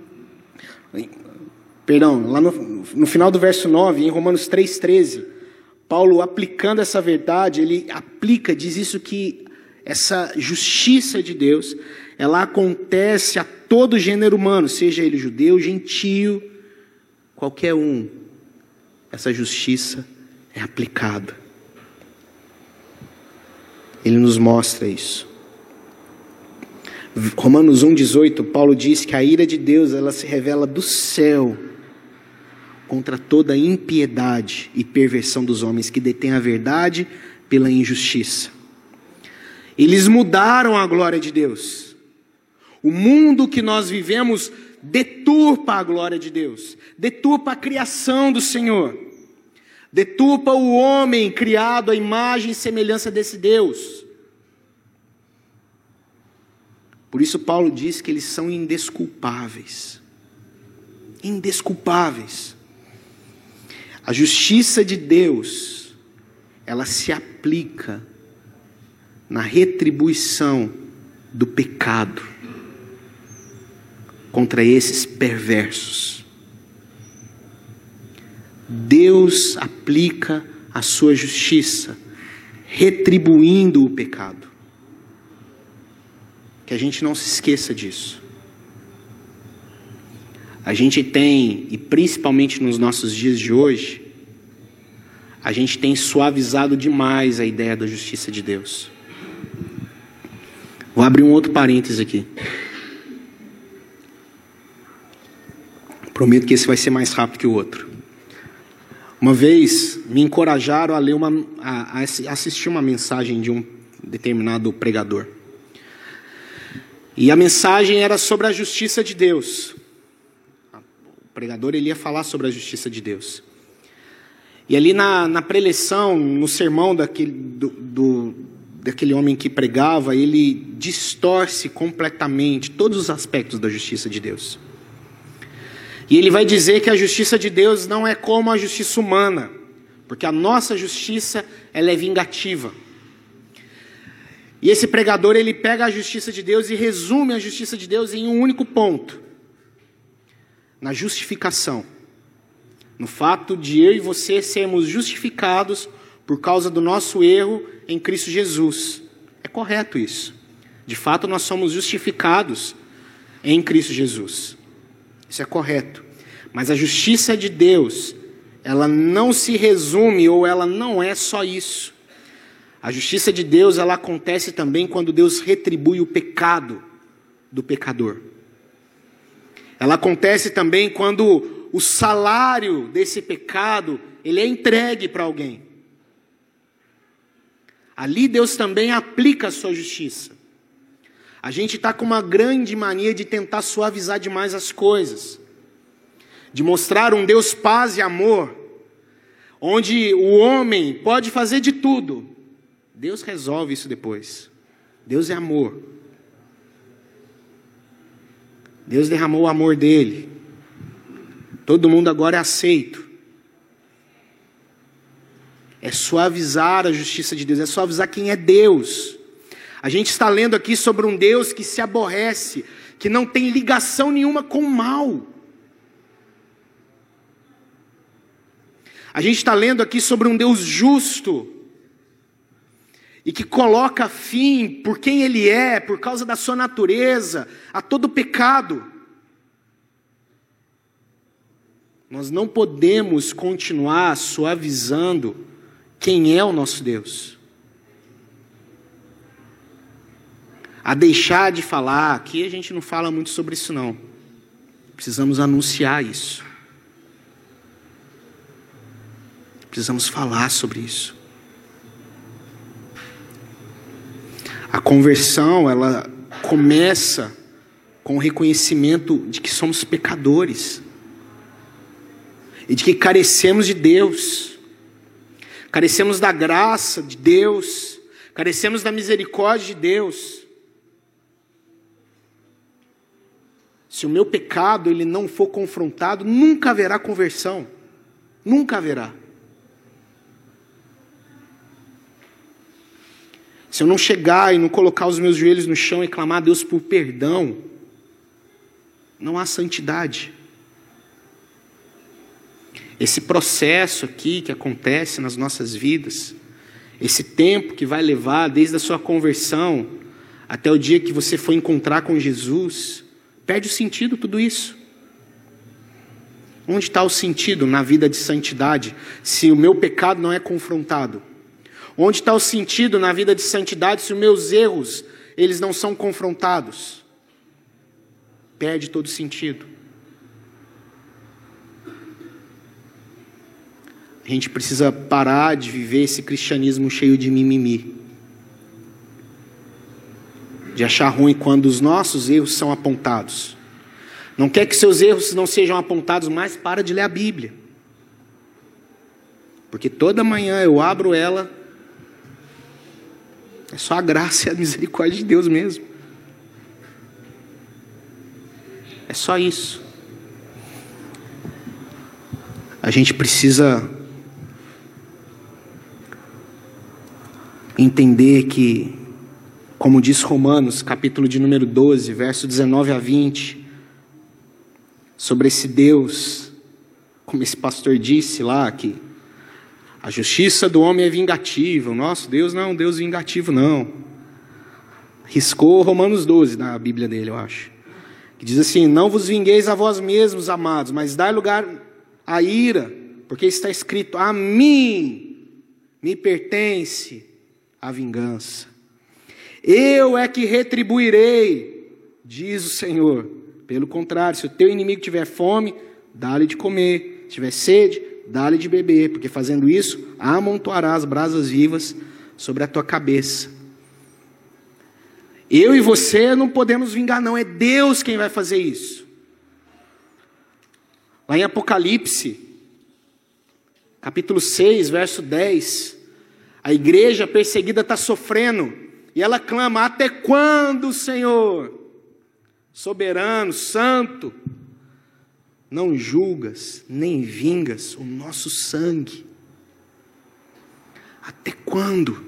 Perdão, lá no, no final do verso nove, em Romanos três, treze, Paulo, aplicando essa verdade, ele aplica, diz isso que essa justiça de Deus, ela acontece a todo gênero humano, seja ele judeu, gentio, qualquer um. Essa justiça é aplicada. Ele nos mostra isso. Romanos um, dezoito, Paulo diz que a ira de Deus, ela se revela do céu contra toda a impiedade e perversão dos homens que detêm a verdade pela injustiça. Eles mudaram a glória de Deus. O mundo que nós vivemos deturpa a glória de Deus, deturpa a criação do Senhor, deturpa o homem criado à imagem e semelhança desse Deus. Por isso Paulo diz que eles são indesculpáveis. Indesculpáveis. A justiça de Deus, ela se aplica na retribuição do pecado contra esses perversos. Deus aplica a sua justiça, retribuindo o pecado. Que a gente não se esqueça disso. A gente tem, e principalmente nos nossos dias de hoje, a gente tem suavizado demais a ideia da justiça de Deus. Vou abrir um outro parêntese aqui. Prometo que esse vai ser mais rápido que o outro. Uma vez me encorajaram a ler uma, a, a assistir uma mensagem de um determinado pregador. E a mensagem era sobre a justiça de Deus. O pregador ele ia falar sobre a justiça de Deus. E ali na, na preleção, no sermão daquele, do, do, daquele homem que pregava, ele distorce completamente todos os aspectos da justiça de Deus. E ele vai dizer que a justiça de Deus não é como a justiça humana, porque a nossa justiça ela é vingativa. E esse pregador ele pega a justiça de Deus e resume a justiça de Deus em um único ponto. Na justificação. No fato de eu e você sermos justificados por causa do nosso erro em Cristo Jesus. É correto isso. De fato, nós somos justificados em Cristo Jesus. Isso é correto. Mas a justiça de Deus, ela não se resume ou ela não é só isso. A justiça de Deus, ela acontece também quando Deus retribui o pecado do pecador. Ela acontece também quando o salário desse pecado, ele é entregue para alguém. Ali Deus também aplica a sua justiça. A gente está com uma grande mania de tentar suavizar demais as coisas. De mostrar um Deus paz e amor, onde o homem pode fazer de tudo. Deus resolve isso depois. Deus é amor. Deus derramou o amor dele. Todo mundo agora é aceito. É suavizar a justiça de Deus, é suavizar quem é Deus. A gente está lendo aqui sobre um Deus que se aborrece, que não tem ligação nenhuma com o mal. A gente está lendo aqui sobre um Deus justo, e que coloca fim, por quem Ele é, por causa da sua natureza, a todo pecado. Nós não podemos continuar suavizando quem é o nosso Deus. A deixar de falar, aqui a gente não fala muito sobre isso não. Precisamos anunciar isso. Precisamos falar sobre isso. A conversão, ela começa com o reconhecimento de que somos pecadores. e de que carecemos de Deus, carecemos da graça de Deus, carecemos da misericórdia de Deus. Se o meu pecado ele não for confrontado, nunca haverá conversão, nunca haverá. Se eu não chegar e não colocar os meus joelhos no chão e clamar a Deus por perdão, não há santidade. Esse processo aqui que acontece nas nossas vidas, esse tempo que vai levar desde a sua conversão até o dia que você for encontrar com Jesus, perde o sentido tudo isso. Onde está o sentido na vida de santidade, se o meu pecado não é confrontado? Onde está o sentido na vida de santidade, se os meus erros, eles não são confrontados? Perde todo sentido. A gente precisa parar de viver esse cristianismo cheio de mimimi. De achar ruim quando os nossos erros são apontados. Não quer que seus erros não sejam apontados, mas para de ler a Bíblia. Porque toda manhã eu abro ela, é só a graça e a misericórdia de Deus mesmo. É só isso. A gente precisa entender que, como diz Romanos, capítulo de número doze, verso dezenove a vinte, sobre esse Deus, como esse pastor disse lá, que a justiça do homem é vingativa, o nosso Deus não é um Deus vingativo não. Riscou Romanos doze na Bíblia dele, eu acho. Que diz assim: não vos vingueis a vós mesmos, amados, mas dai lugar à ira, porque está escrito: a mim me pertence a vingança. Eu é que retribuirei, diz o Senhor. Pelo contrário, se o teu inimigo tiver fome, dá-lhe de comer. Se tiver sede, dá-lhe de beber, porque fazendo isso, amontoarás brasas vivas sobre a tua cabeça. Eu e você não podemos vingar não, é Deus quem vai fazer isso. Lá em Apocalipse, capítulo seis, verso dez, a igreja perseguida está sofrendo, e ela clama: até quando, Senhor, soberano, santo, não julgas, nem vingas o nosso sangue? Até quando?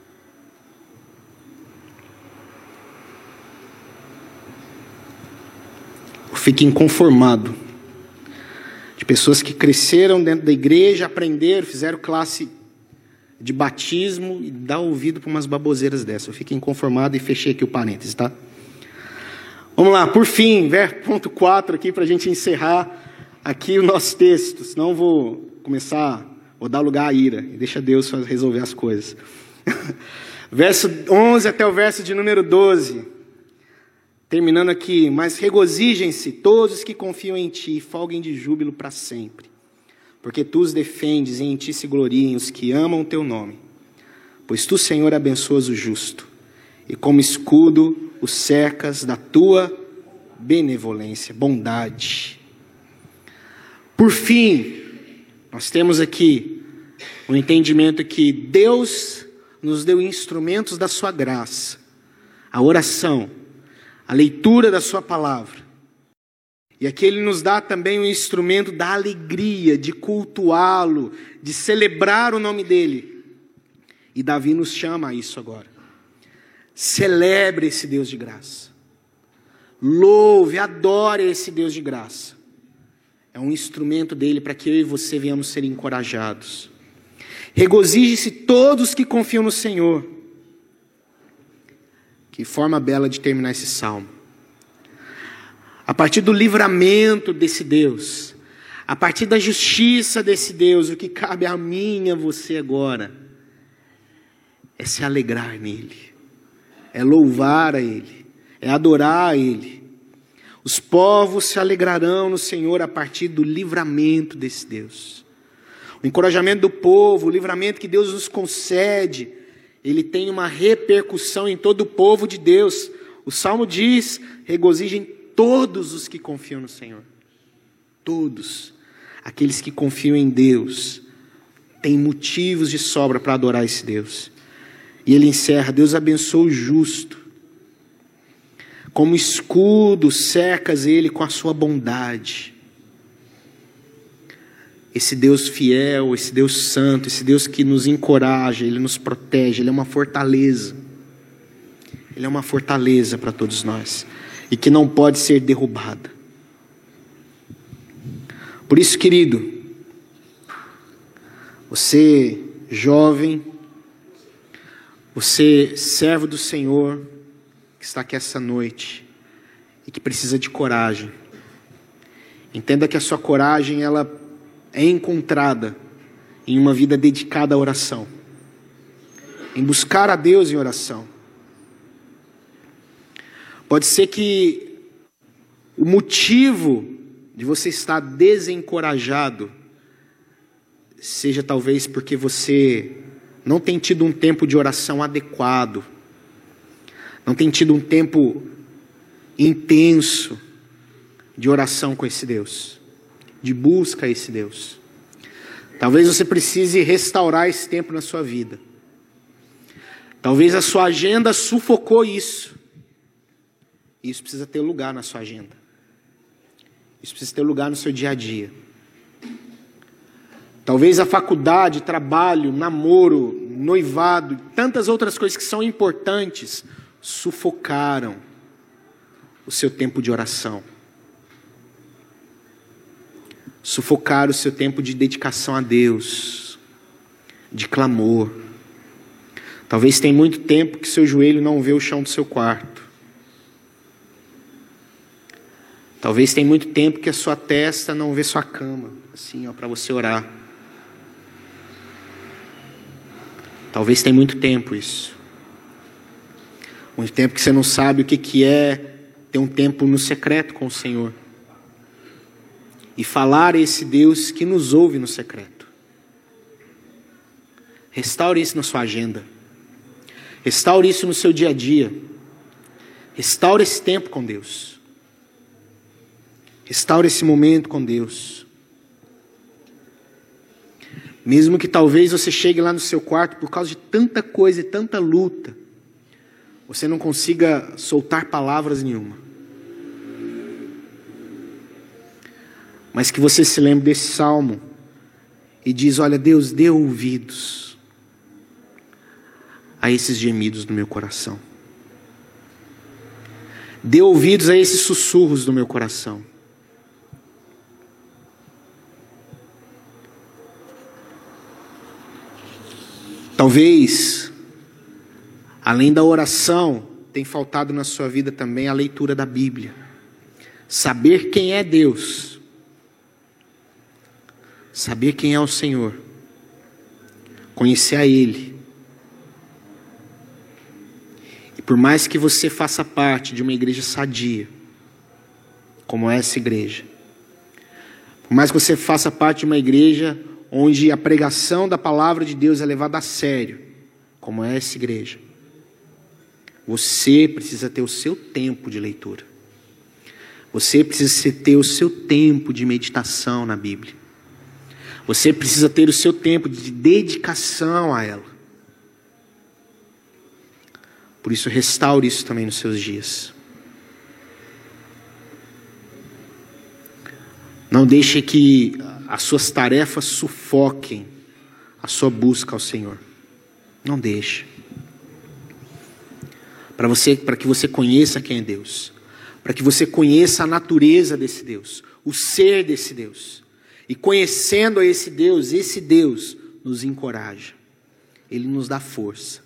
Eu fico inconformado de pessoas que cresceram dentro da igreja, aprenderam, fizeram classe de batismo e dá ouvido para umas baboseiras dessas. Eu fico inconformado e fechei aqui o parênteses, tá? Vamos lá, por fim, ponto quatro aqui para a gente encerrar aqui o nosso texto, senão eu vou começar, vou dar lugar à ira, e deixa Deus resolver as coisas. Verso onze até o verso de número doze, terminando aqui: mas regozijem-se todos os que confiam em ti, e folguem de júbilo para sempre, porque tu os defendes e em ti se gloriem os que amam o teu nome. Pois tu, Senhor, abençoas o justo, e como escudo os cercas da tua benevolência, bondade. Por fim, nós temos aqui o entendimento que Deus nos deu instrumentos da sua graça, a oração, a leitura da sua palavra. E aqui Ele nos dá também o instrumento da alegria, de cultuá-lo, de celebrar o nome dEle. E Davi nos chama a isso agora. Celebre esse Deus de graça. Louve, adore esse Deus de graça. É um instrumento dEle para que eu e você venhamos ser encorajados. Regozije-se todos que confiam no Senhor. Que forma bela de terminar esse salmo. A partir do livramento desse Deus, a partir da justiça desse Deus, o que cabe a mim e a você agora é se alegrar nele, é louvar a Ele, é adorar a Ele. Os povos se alegrarão no Senhor a partir do livramento desse Deus. O encorajamento do povo, o livramento que Deus nos concede, ele tem uma repercussão em todo o povo de Deus. O Salmo diz: regozijem todos os que confiam no Senhor. Todos. aqueles que confiam em Deus, têm motivos de sobra para adorar esse Deus. E ele encerra: Deus abençoa o justo. Como escudo, cercas ele com a sua bondade. Esse Deus fiel, esse Deus santo, esse Deus que nos encoraja, Ele nos protege, Ele é uma fortaleza. Ele é uma fortaleza para todos nós. E que não pode ser derrubada. Por isso, querido, você jovem, você servo do Senhor, que está aqui essa noite e que precisa de coragem. Entenda que a sua coragem, ela é encontrada em uma vida dedicada à oração, em buscar a Deus em oração. Pode ser que o motivo de você estar desencorajado seja talvez porque você não tem tido um tempo de oração adequado, não tem tido um tempo intenso de oração com esse Deus, de busca a esse Deus. Talvez você precise restaurar esse tempo na sua vida. Talvez a sua agenda sufocou isso. Isso precisa ter lugar na sua agenda. Isso precisa ter lugar no seu dia a dia. Talvez a faculdade, trabalho, namoro, noivado, tantas outras coisas que são importantes, sufocaram o seu tempo de oração. Sufocar o seu tempo de dedicação a Deus, de clamor. Talvez tenha muito tempo que seu joelho não vê o chão do seu quarto. Talvez tenha muito tempo que a sua testa não vê sua cama, assim, ó, para você orar. Talvez tenha muito tempo isso. Muito tempo que você não sabe o que, que é ter um tempo no secreto com o Senhor. E falar a esse Deus que nos ouve no secreto. Restaure isso na sua agenda. Restaure isso no seu dia a dia. Restaure esse tempo com Deus. Restaure esse momento com Deus. Mesmo que talvez você chegue lá no seu quarto por causa de tanta coisa e tanta luta, você não consiga soltar palavras nenhuma. Mas que você se lembre desse salmo e diz: olha, Deus, dê ouvidos a esses gemidos do meu coração. Dê ouvidos a esses sussurros do meu coração. Talvez, além da oração, tenha faltado na sua vida também a leitura da Bíblia. Saber quem é Deus. Saber quem é o Senhor. Conhecer a Ele. E por mais que você faça parte de uma igreja sadia, como é essa igreja, por mais que você faça parte de uma igreja onde a pregação da palavra de Deus é levada a sério, como é essa igreja, você precisa ter o seu tempo de leitura. Você precisa ter o seu tempo de meditação na Bíblia. Você precisa ter o seu tempo de dedicação a ela. Por isso, restaure isso também nos seus dias. Não deixe que as suas tarefas sufoquem a sua busca ao Senhor. Não deixe. Para você, para que você conheça quem é Deus. Para que você conheça a natureza desse Deus. O ser desse Deus. E conhecendo a esse Deus, esse Deus nos encoraja. Ele nos dá força.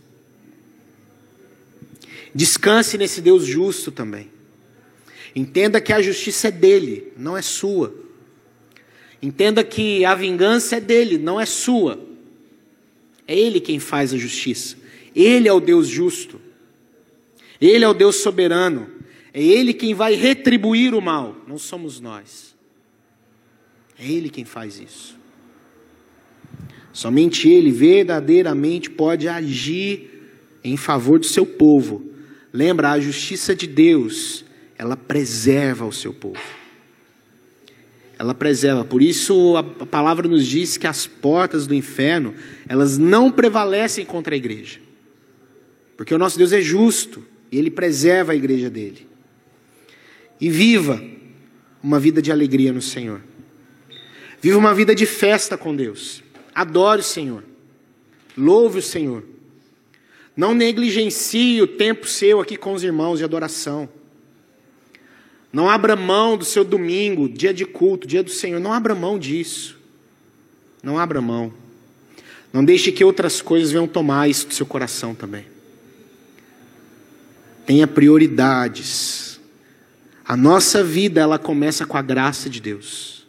Descanse nesse Deus justo também. Entenda que a justiça é dele, não é sua. Entenda que a vingança é dele, não é sua. É ele quem faz a justiça. Ele é o Deus justo. Ele é o Deus soberano. É ele quem vai retribuir o mal, não somos nós. É Ele quem faz isso. Somente Ele verdadeiramente pode agir em favor do seu povo. Lembra, a justiça de Deus, ela preserva o seu povo. ela preserva. Por isso a palavra nos diz que as portas do inferno, elas não prevalecem contra a igreja. Porque o nosso Deus é justo e Ele preserva a igreja dele. E viva uma vida de alegria no Senhor. Viva uma vida de festa com Deus. Adore o Senhor. Louve o Senhor. Não negligencie o tempo seu aqui com os irmãos de adoração. Não abra mão do seu domingo, dia de culto, dia do Senhor. Não abra mão disso. Não abra mão. Não deixe que outras coisas venham tomar isso do seu coração também. Tenha prioridades. A nossa vida, ela começa com a graça de Deus.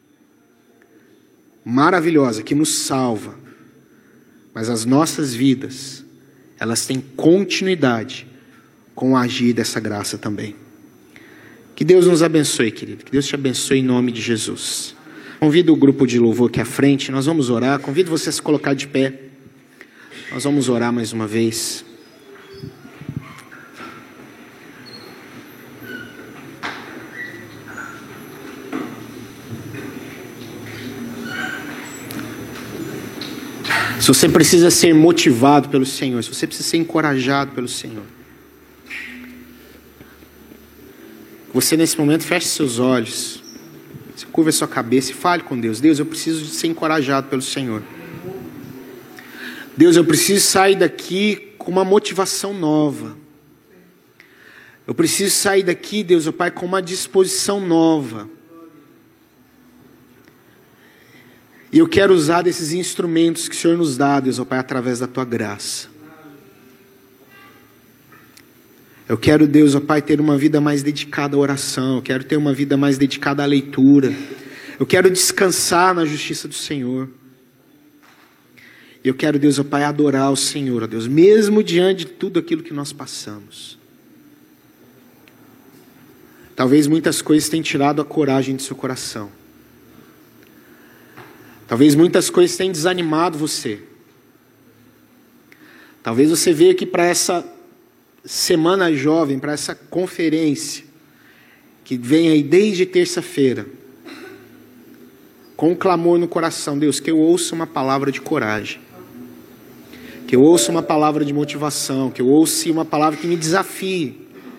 Maravilhosa, que nos salva. Mas as nossas vidas, elas têm continuidade com o agir dessa graça também. Que Deus nos abençoe, querido. Que Deus te abençoe em nome de Jesus. Convido o grupo de louvor aqui à frente. Nós vamos orar. Convido você a se colocar de pé. Nós vamos orar mais uma vez. Se você precisa ser motivado pelo Senhor, se você precisa ser encorajado pelo Senhor, você nesse momento feche seus olhos, você curva a sua cabeça e fale com Deus. Deus, eu preciso de ser encorajado pelo Senhor. Deus, eu preciso sair daqui com uma motivação nova. Eu preciso sair daqui, Deus, meu Pai, com uma disposição nova. E eu quero usar desses instrumentos que o Senhor nos dá, Deus, ó Pai, através da Tua graça. Eu quero, Deus, ó Pai, ter uma vida mais dedicada à oração. Eu quero ter uma vida mais dedicada à leitura. Eu quero descansar na justiça do Senhor. Eu quero, Deus, ó Pai, adorar o Senhor, ó Deus, mesmo diante de tudo aquilo que nós passamos. Talvez muitas coisas tenham tirado a coragem do seu coração. Talvez muitas coisas tenham desanimado você. Talvez você veio aqui para essa semana jovem, para essa conferência, que vem aí desde terça-feira, com um clamor no coração. Deus, que eu ouça uma palavra de coragem. Que eu ouça uma palavra de motivação. Que eu ouça uma palavra que me desafie.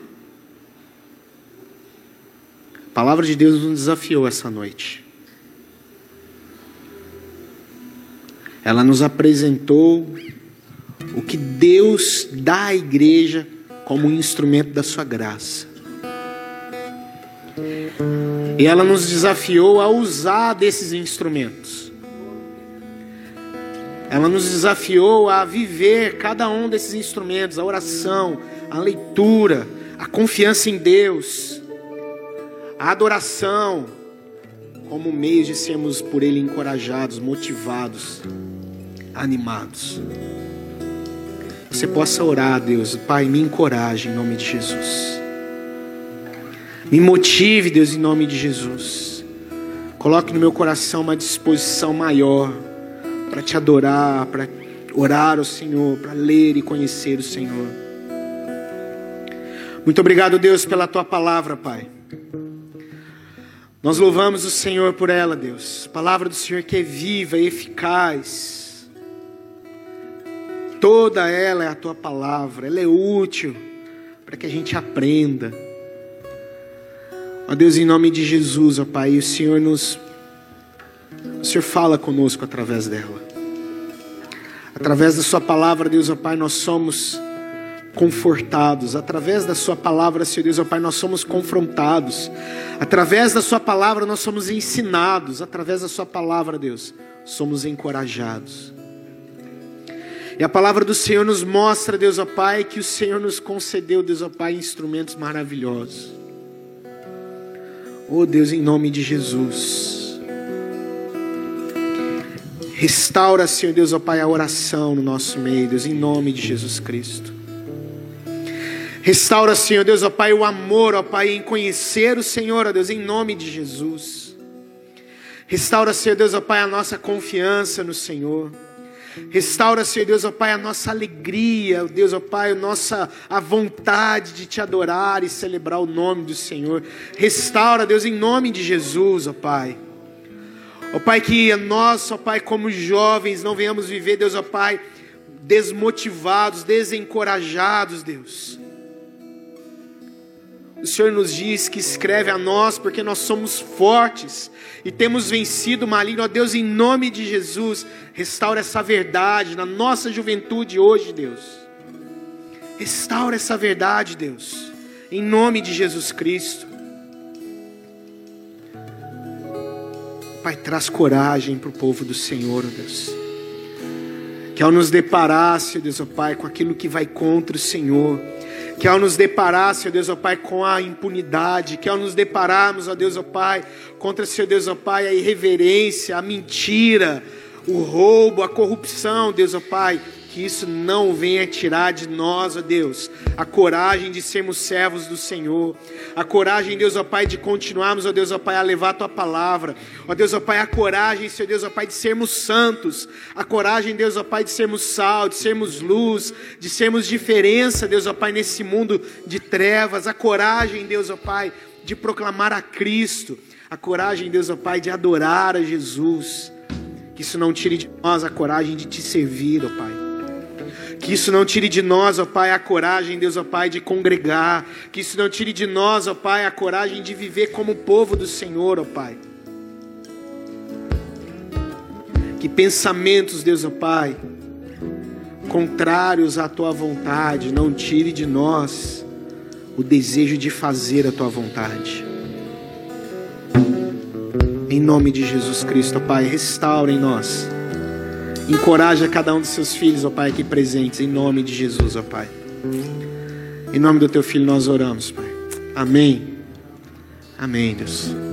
A palavra de Deus nos desafiou essa noite. Ela nos apresentou o que Deus dá à igreja como um instrumento da sua graça. E ela nos desafiou a usar desses instrumentos. Ela nos desafiou a viver cada um desses instrumentos, a oração, a leitura, a confiança em Deus, a adoração, como meios de sermos por Ele encorajados, motivados, animados. Você possa orar, Deus, Pai, me encoraje em nome de Jesus. Me motive, Deus, em nome de Jesus. Coloque no meu coração uma disposição maior para te adorar, para orar ao Senhor, para ler e conhecer o Senhor. Muito obrigado, Deus, pela Tua palavra, Pai. Nós louvamos o Senhor por ela, Deus. A palavra do Senhor que é viva e eficaz. Toda ela é a Tua palavra. Ela é útil para que a gente aprenda. Ó Deus, em nome de Jesus, ó Pai, o Senhor nos... O Senhor fala conosco através dela. Através da Sua palavra, Deus, ó Pai, nós somos confortados. Através da Sua palavra, Senhor Deus, ó Pai, nós somos confrontados. Através da Sua palavra, nós somos ensinados. Através da Sua palavra, Deus, somos encorajados. E a palavra do Senhor nos mostra, Deus, ó Pai, que o Senhor nos concedeu, Deus, ó Pai, instrumentos maravilhosos. Oh Deus, em nome de Jesus. Restaura, Senhor Deus, ó Pai, a oração no nosso meio, Deus, em nome de Jesus Cristo. Restaura, Senhor Deus, ó Pai, o amor, ó Pai, em conhecer o Senhor, ó Deus, em nome de Jesus. Restaura, Senhor Deus, ó Pai, a nossa confiança no Senhor. Restaura, Senhor Deus, ó Pai, a nossa alegria, Deus, ó Pai, a nossa a vontade de te adorar e celebrar o nome do Senhor. Restaura, Deus, em nome de Jesus, ó Pai. Ó Pai, que nós, ó Pai, como jovens, não venhamos viver, Deus, ó Pai, desmotivados, desencorajados, Deus. O Senhor nos diz que escreve a nós porque nós somos fortes e temos vencido o maligno. Ó Deus, em nome de Jesus, restaura essa verdade na nossa juventude hoje, Deus. Restaura essa verdade, Deus, em nome de Jesus Cristo. Pai, traz coragem para o povo do Senhor, ó Deus. Que ao nos deparar, Senhor Deus, ó Pai, com aquilo que vai contra o Senhor, que ao nos deparar, Senhor Deus, ó Pai, com a impunidade, que ao nos depararmos, ó Deus, ó Pai, contra, Senhor Deus, ó Pai, a irreverência, a mentira, o roubo, a corrupção, Deus, ó Pai, que isso não venha tirar de nós, ó Deus, a coragem de sermos servos do Senhor, a coragem, Deus, ó Pai, de continuarmos, ó Deus, ó Pai, a levar a Tua palavra, ó Deus, ó Pai, a coragem, Senhor Deus, ó Pai, de sermos santos, a coragem, Deus, ó Pai, de sermos sal, de sermos luz, de sermos diferença, Deus, ó Pai, nesse mundo de trevas, a coragem, Deus, ó Pai, de proclamar a Cristo, a coragem, Deus, ó Pai, de adorar a Jesus, que isso não tire de nós a coragem de Te servir, ó Pai. Que isso não tire de nós, ó Pai, a coragem, Deus, ó Pai, de congregar. Que isso não tire de nós, ó Pai, a coragem de viver como povo do Senhor, ó Pai. Que pensamentos, Deus, ó Pai, contrários à Tua vontade, não tire de nós o desejo de fazer a Tua vontade. Em nome de Jesus Cristo, ó Pai, restaura em nós. Encoraja cada um dos seus filhos, ó Pai, aqui presentes, em nome de Jesus, ó Pai. Em nome do Teu Filho nós oramos, Pai. Amém. Amém, Deus.